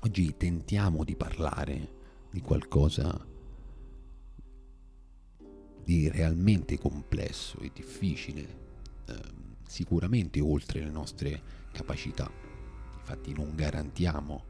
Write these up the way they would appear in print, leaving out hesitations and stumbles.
Oggi tentiamo di parlare di qualcosa di realmente complesso e difficile, sicuramente oltre le nostre capacità. Infatti non garantiamo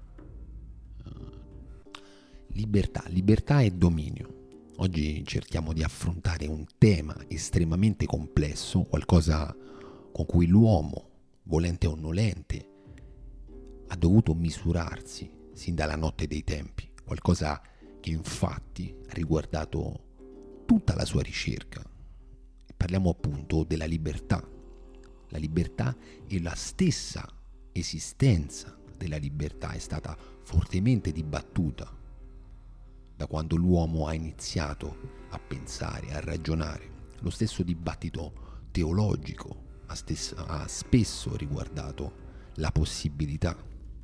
libertà e dominio. Oggi cerchiamo di affrontare un tema estremamente complesso, qualcosa con cui l'uomo, volente o nolente, ha dovuto misurarsi sin dalla notte dei tempi, qualcosa che infatti ha riguardato tutta la sua ricerca. Parliamo appunto della libertà. La libertà e la stessa esistenza della libertà è stata fortemente dibattuta da quando l'uomo ha iniziato a pensare, a ragionare. Lo stesso dibattito teologico ha spesso riguardato la possibilità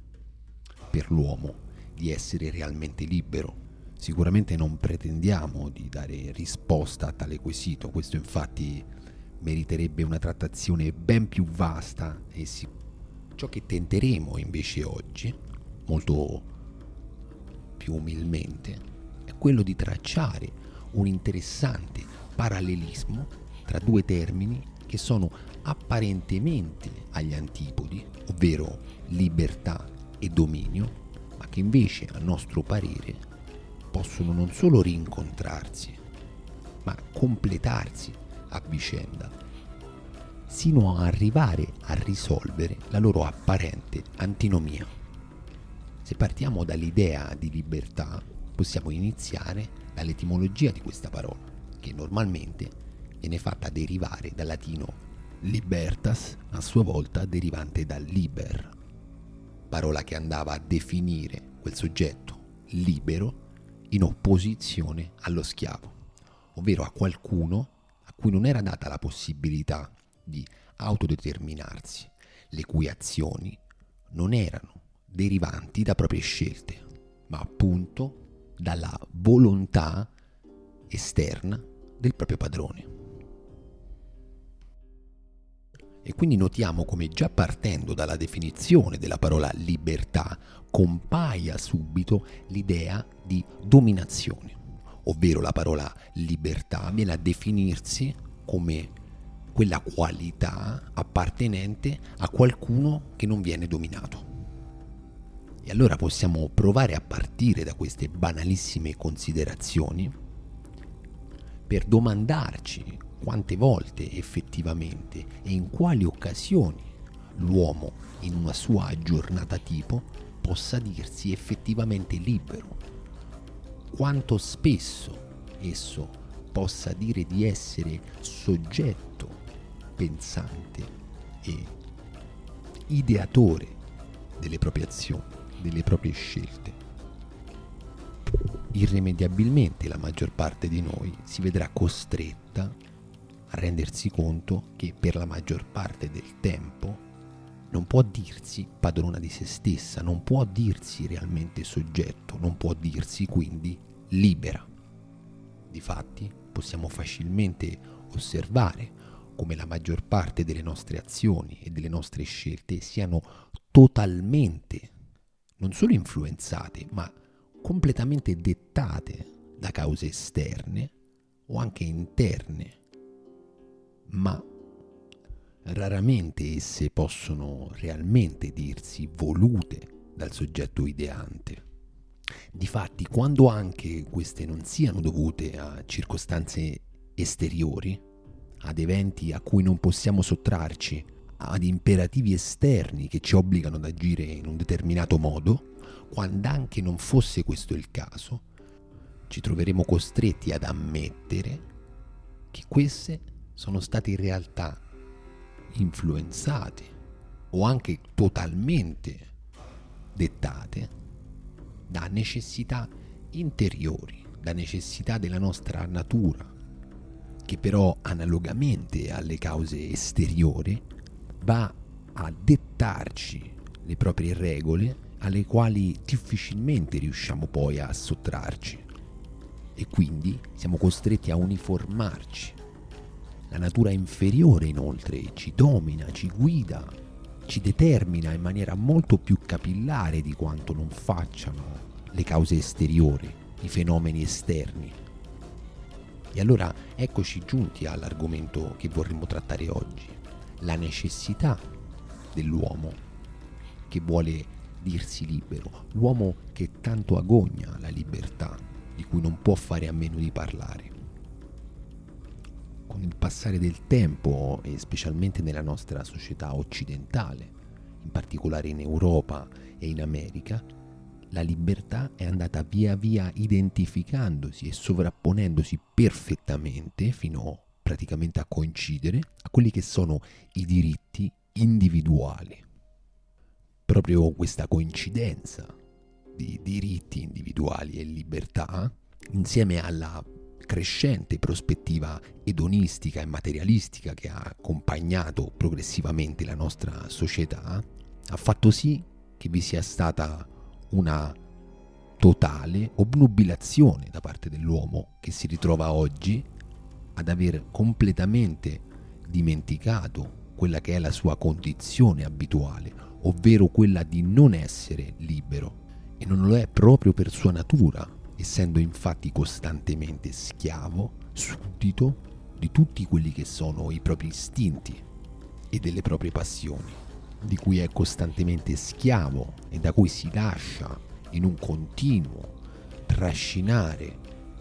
per l'uomo di essere realmente libero. Sicuramente non pretendiamo di dare risposta a tale quesito, questo infatti meriterebbe una trattazione ben più vasta e ciò che tenteremo invece oggi, molto più umilmente, è quello di tracciare un interessante parallelismo tra due termini che sono apparentemente agli antipodi, ovvero libertà e dominio, ma che invece a nostro parere possono non solo rincontrarsi, ma completarsi a vicenda, sino a arrivare a risolvere la loro apparente antinomia. Se partiamo dall'idea di libertà, possiamo iniziare dall'etimologia di questa parola, che normalmente viene fatta derivare dal latino libertas, a sua volta derivante dal liber, parola che andava a definire quel soggetto libero in opposizione allo schiavo, ovvero a qualcuno a cui non era data la possibilità di autodeterminarsi, le cui azioni non erano derivanti da proprie scelte, ma appunto dalla volontà esterna del proprio padrone. E quindi notiamo come già partendo dalla definizione della parola libertà compaia subito l'idea di dominazione, ovvero la parola libertà viene a definirsi come quella qualità appartenente a qualcuno che non viene dominato. E allora possiamo provare a partire da queste banalissime considerazioni per domandarci quante volte effettivamente e in quali occasioni l'uomo in una sua giornata tipo possa dirsi effettivamente libero, quanto spesso esso possa dire di essere soggetto, pensante e ideatore delle proprie azioni, delle proprie scelte. Irrimediabilmente la maggior parte di noi si vedrà costretta a rendersi conto che per la maggior parte del tempo non può dirsi padrona di se stessa, non può dirsi realmente soggetto, non può dirsi quindi libera. Difatti possiamo facilmente osservare come la maggior parte delle nostre azioni e delle nostre scelte siano totalmente, non solo influenzate, ma completamente dettate da cause esterne o anche interne, ma raramente esse possono realmente dirsi volute dal soggetto ideante. Difatti, quando anche queste non siano dovute a circostanze esteriori, ad eventi a cui non possiamo sottrarci, ad imperativi esterni che ci obbligano ad agire in un determinato modo, quando anche non fosse questo il caso, ci troveremo costretti ad ammettere che queste sono state in realtà influenzate o anche totalmente dettate da necessità interiori, da necessità della nostra natura, che però analogamente alle cause esteriori va a dettarci le proprie regole alle quali difficilmente riusciamo poi a sottrarci, e quindi siamo costretti a uniformarci. La natura inferiore inoltre ci domina, ci guida ci determina in maniera molto più capillare di quanto non facciano le cause esteriori, i fenomeni esterni. E allora eccoci giunti all'argomento che vorremmo trattare oggi, la necessità dell'uomo che vuole dirsi libero, l'uomo che tanto agogna la libertà, di cui non può fare a meno di parlare. Con il passare del tempo, e specialmente nella nostra società occidentale, in particolare in Europa e in America, la libertà è andata via via identificandosi e sovrapponendosi perfettamente, fino praticamente a coincidere, a quelli che sono i diritti individuali. Proprio questa coincidenza di diritti individuali e libertà, insieme alla crescente prospettiva edonistica e materialistica che ha accompagnato progressivamente la nostra società, ha fatto sì che vi sia stata una totale obnubilazione da parte dell'uomo, che si ritrova oggi ad aver completamente dimenticato quella che è la sua condizione abituale, ovvero quella di non essere libero, e non lo è proprio per sua natura, essendo infatti costantemente schiavo, suddito di tutti quelli che sono i propri istinti e delle proprie passioni, di cui è costantemente schiavo e da cui si lascia in un continuo trascinare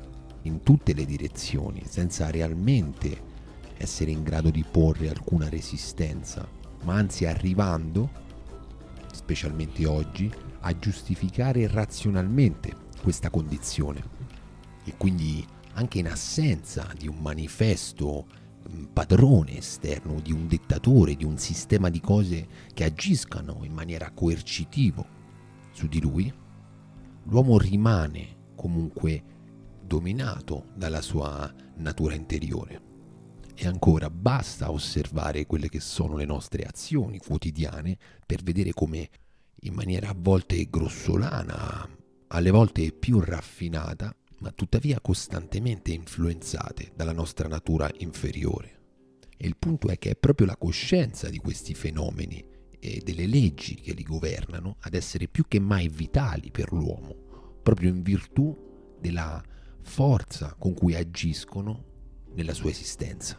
in tutte le direzioni senza realmente essere in grado di porre alcuna resistenza, ma anzi arrivando, specialmente oggi, a giustificare razionalmente questa condizione, e quindi anche in assenza di un manifesto padrone esterno, di un dittatore, di un sistema di cose che agiscano in maniera coercitiva su di lui, l'uomo rimane comunque dominato dalla sua natura interiore. E ancora basta osservare quelle che sono le nostre azioni quotidiane per vedere come, in maniera a volte grossolana, alle volte più raffinata, ma tuttavia costantemente influenzate dalla nostra natura inferiore. E il punto è che è proprio la coscienza di questi fenomeni e delle leggi che li governano ad essere più che mai vitali per l'uomo, proprio in virtù della forza con cui agiscono nella sua esistenza.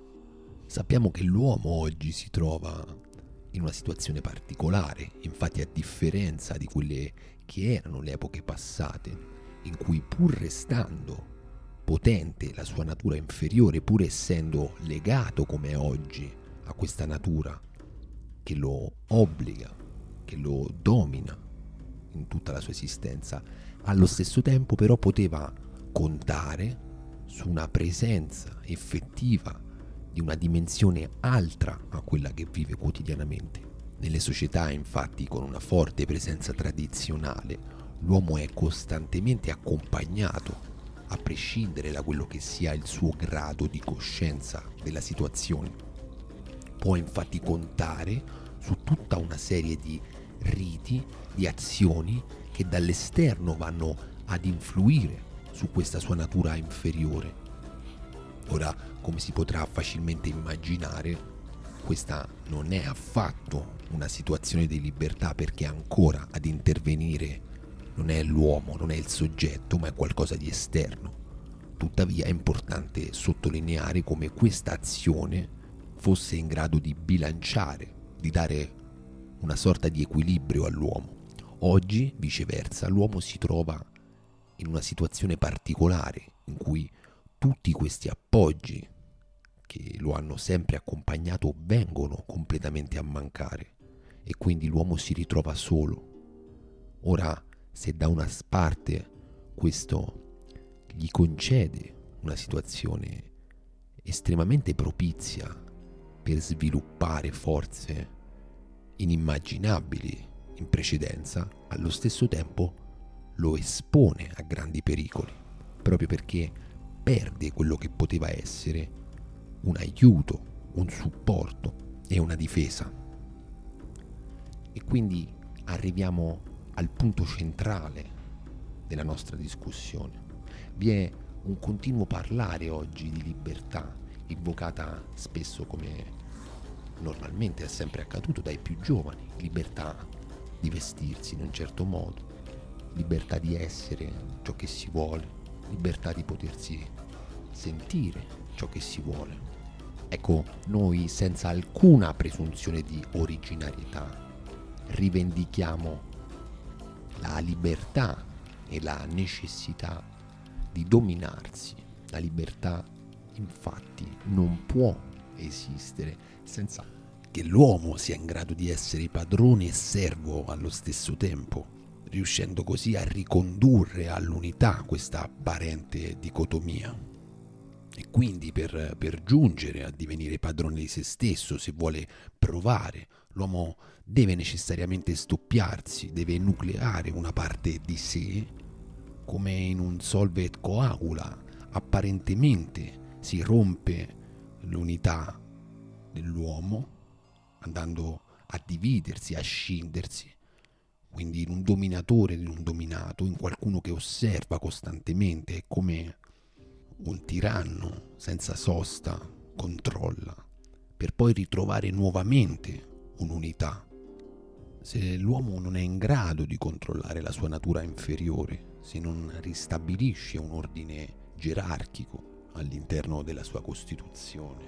Sappiamo che l'uomo oggi si trova in una situazione particolare, infatti a differenza di quelle che erano le epoche passate, in cui pur restando potente la sua natura inferiore, pur essendo legato come oggi a questa natura che lo obbliga, che lo domina in tutta la sua esistenza, allo stesso tempo però poteva contare su una presenza effettiva di una dimensione altra a quella che vive quotidianamente. Nelle società, infatti, con una forte presenza tradizionale, l'uomo è costantemente accompagnato, a prescindere da quello che sia il suo grado di coscienza della situazione. Può infatti contare su tutta una serie di riti, di azioni che dall'esterno vanno ad influire su questa sua natura inferiore. Ora, come si potrà facilmente immaginare, questa non è affatto una situazione di libertà, perché ancora ad intervenire non è l'uomo, non è il soggetto, ma è qualcosa di esterno. Tuttavia è importante sottolineare come questa azione fosse in grado di bilanciare, di dare una sorta di equilibrio all'uomo. Oggi, viceversa, l'uomo si trova in una situazione particolare in cui tutti questi appoggi che lo hanno sempre accompagnato vengono completamente a mancare, e quindi l'uomo si ritrova solo. Ora, se da una parte questo gli concede una situazione estremamente propizia per sviluppare forze inimmaginabili in precedenza, allo stesso tempo lo espone a grandi pericoli, proprio perché perde quello che poteva essere un aiuto, un supporto e una difesa. E quindi arriviamo al punto centrale della nostra discussione. Vi è un continuo parlare oggi di libertà, invocata spesso come normalmente è sempre accaduto dai più giovani, libertà di vestirsi in un certo modo, libertà di essere ciò che si vuole, libertà di potersi sentire ciò che si vuole. Ecco, noi senza alcuna presunzione di originarietà rivendichiamo la libertà e la necessità di dominarsi. La libertà, infatti, non può esistere senza che l'uomo sia in grado di essere padrone e servo allo stesso tempo, riuscendo così a ricondurre all'unità questa apparente dicotomia. E quindi per giungere a divenire padrone di se stesso, se vuole provare, l'uomo deve necessariamente stoppiarsi, deve nucleare una parte di sé, come in un solve et coagula. Apparentemente si rompe l'unità dell'uomo, andando a dividersi, a scindersi, quindi in un dominatore, in un dominato, in qualcuno che osserva costantemente, è come un tiranno senza sosta controlla, per poi ritrovare nuovamente un'unità. Se l'uomo non è in grado di controllare la sua natura inferiore, se non ristabilisce un ordine gerarchico all'interno della sua costituzione,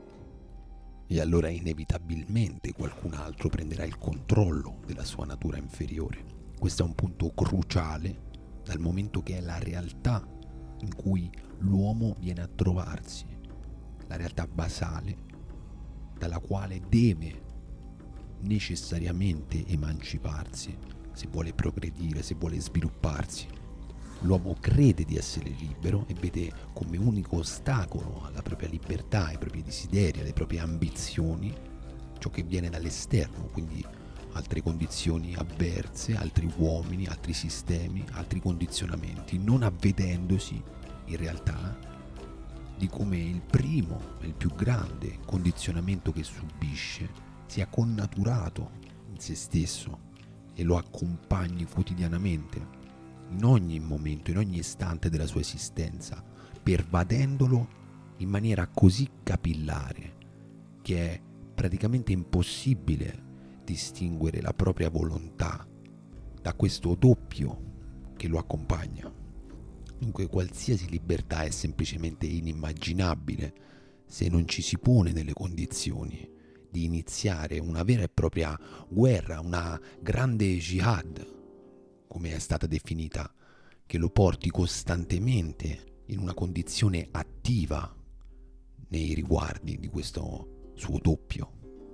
e allora inevitabilmente qualcun altro prenderà il controllo della sua natura inferiore. Questo è un punto cruciale, dal momento che è la realtà in cui l'uomo viene a trovarsi, la realtà basale dalla quale deve necessariamente emanciparsi se vuole progredire, se vuole svilupparsi. L'uomo crede di essere libero e vede come unico ostacolo alla propria libertà, ai propri desideri, alle proprie ambizioni, ciò che viene dall'esterno, quindi altre condizioni avverse, altri uomini, altri sistemi, altri condizionamenti, non avvedendosi in realtà di come il primo e il più grande condizionamento che subisce sia connaturato in se stesso e lo accompagni quotidianamente, in ogni momento, in ogni istante della sua esistenza, pervadendolo in maniera così capillare che è praticamente impossibile distinguere la propria volontà da questo doppio che lo accompagna. Dunque qualsiasi libertà è semplicemente inimmaginabile se non ci si pone nelle condizioni di iniziare una vera e propria guerra, una grande jihad, come è stata definita, che lo porti costantemente in una condizione attiva nei riguardi di questo suo doppio.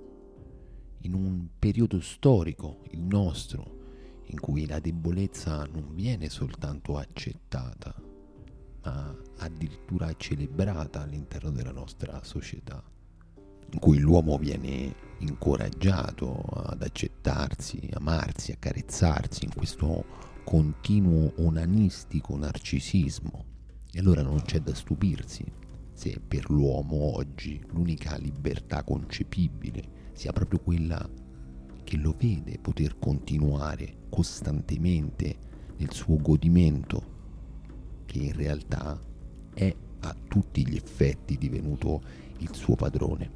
In un periodo storico, il nostro, in cui la debolezza non viene soltanto accettata, ma addirittura celebrata all'interno della nostra società, in cui l'uomo viene incoraggiato ad accettarsi, amarsi, accarezzarsi in questo continuo onanistico narcisismo. E allora non c'è da stupirsi se per l'uomo oggi l'unica libertà concepibile sia proprio quella che lo vede poter continuare costantemente nel suo godimento, che in realtà è a tutti gli effetti divenuto il suo padrone.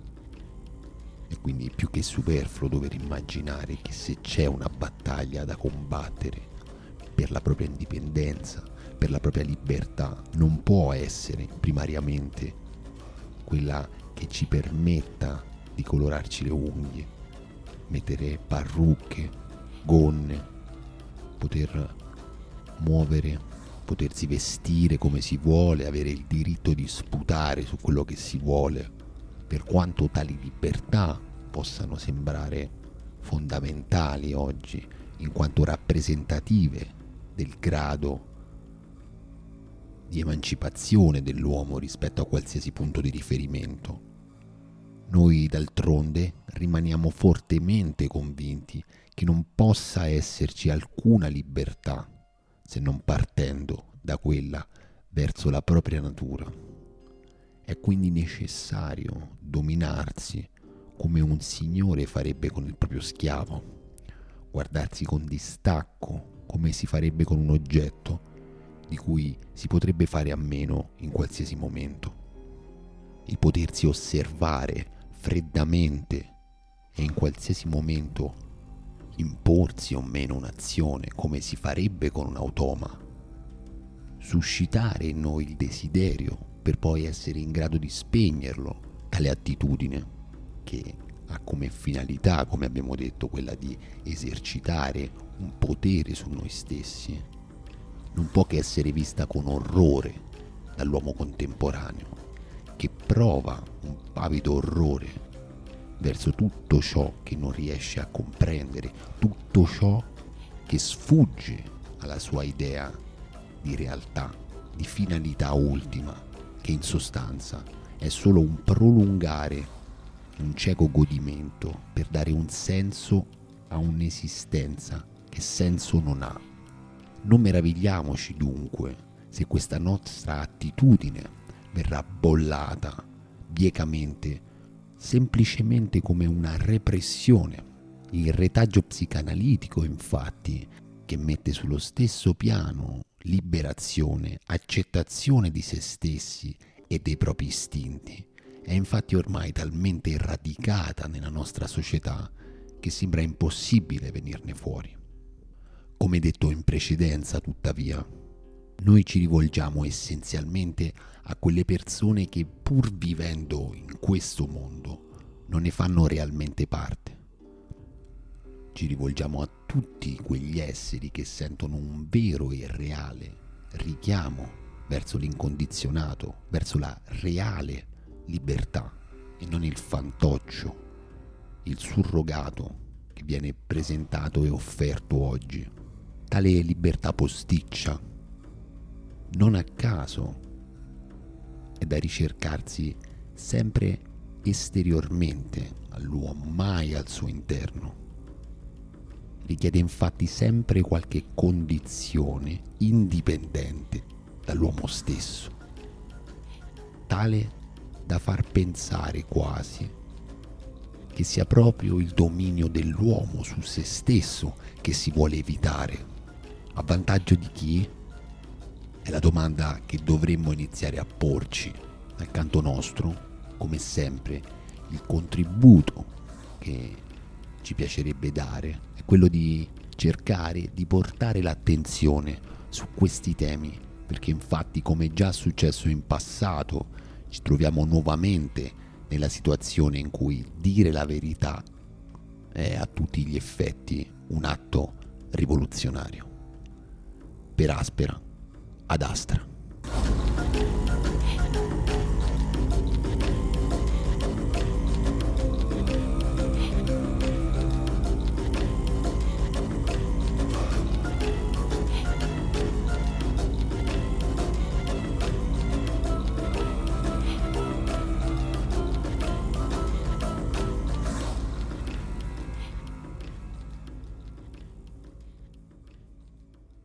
E quindi più che superfluo dover immaginare che se c'è una battaglia da combattere per la propria indipendenza, per la propria libertà, non può essere primariamente quella che ci permetta di colorarci le unghie, mettere parrucche, gonne, poter muovere, potersi vestire come si vuole, avere il diritto di sputare su quello che si vuole, per quanto tali libertà possano sembrare fondamentali oggi, in quanto rappresentative del grado di emancipazione dell'uomo rispetto a qualsiasi punto di riferimento. Noi d'altronde rimaniamo fortemente convinti che non possa esserci alcuna libertà se non partendo da quella verso la propria natura. È quindi necessario dominarsi come un signore farebbe con il proprio schiavo, guardarsi con distacco come si farebbe con un oggetto di cui si potrebbe fare a meno in qualsiasi momento. Il potersi osservare freddamente e in qualsiasi momento imporsi o meno un'azione come si farebbe con un automa, suscitare in noi il desiderio per poi essere in grado di spegnerlo, tale attitudine che ha come finalità, come abbiamo detto, quella di esercitare un potere su noi stessi, non può che essere vista con orrore dall'uomo contemporaneo, che prova un pavido orrore verso tutto ciò che non riesce a comprendere, tutto ciò che sfugge alla sua idea di realtà, di finalità ultima, che in sostanza è solo un prolungare un cieco godimento per dare un senso a un'esistenza che senso non ha. Non meravigliamoci dunque se questa nostra attitudine verrà bollata biecamente, semplicemente come una repressione. Il retaggio psicanalitico, infatti, che mette sullo stesso piano liberazione, accettazione di se stessi e dei propri istinti, è infatti ormai talmente radicata nella nostra società che sembra impossibile venirne fuori. Come detto in precedenza, tuttavia, noi ci rivolgiamo essenzialmente a quelle persone che, pur vivendo in questo mondo, non ne fanno realmente parte. Ci rivolgiamo a tutti quegli esseri che sentono un vero e reale richiamo verso l'incondizionato, verso la reale libertà e non il fantoccio, il surrogato che viene presentato e offerto oggi. Tale libertà posticcia, non a caso, è da ricercarsi sempre esteriormente all'uomo, mai al suo interno. Richiede infatti sempre qualche condizione indipendente dall'uomo stesso, tale da far pensare quasi che sia proprio il dominio dell'uomo su se stesso che si vuole evitare. A vantaggio di chi? È la domanda che dovremmo iniziare a porci. Dal canto nostro, come sempre, il contributo che ci piacerebbe dare è quello di cercare di portare l'attenzione su questi temi, perché infatti, come già successo in passato, ci troviamo nuovamente nella situazione in cui dire la verità è a tutti gli effetti un atto rivoluzionario. Per aspera ad astra.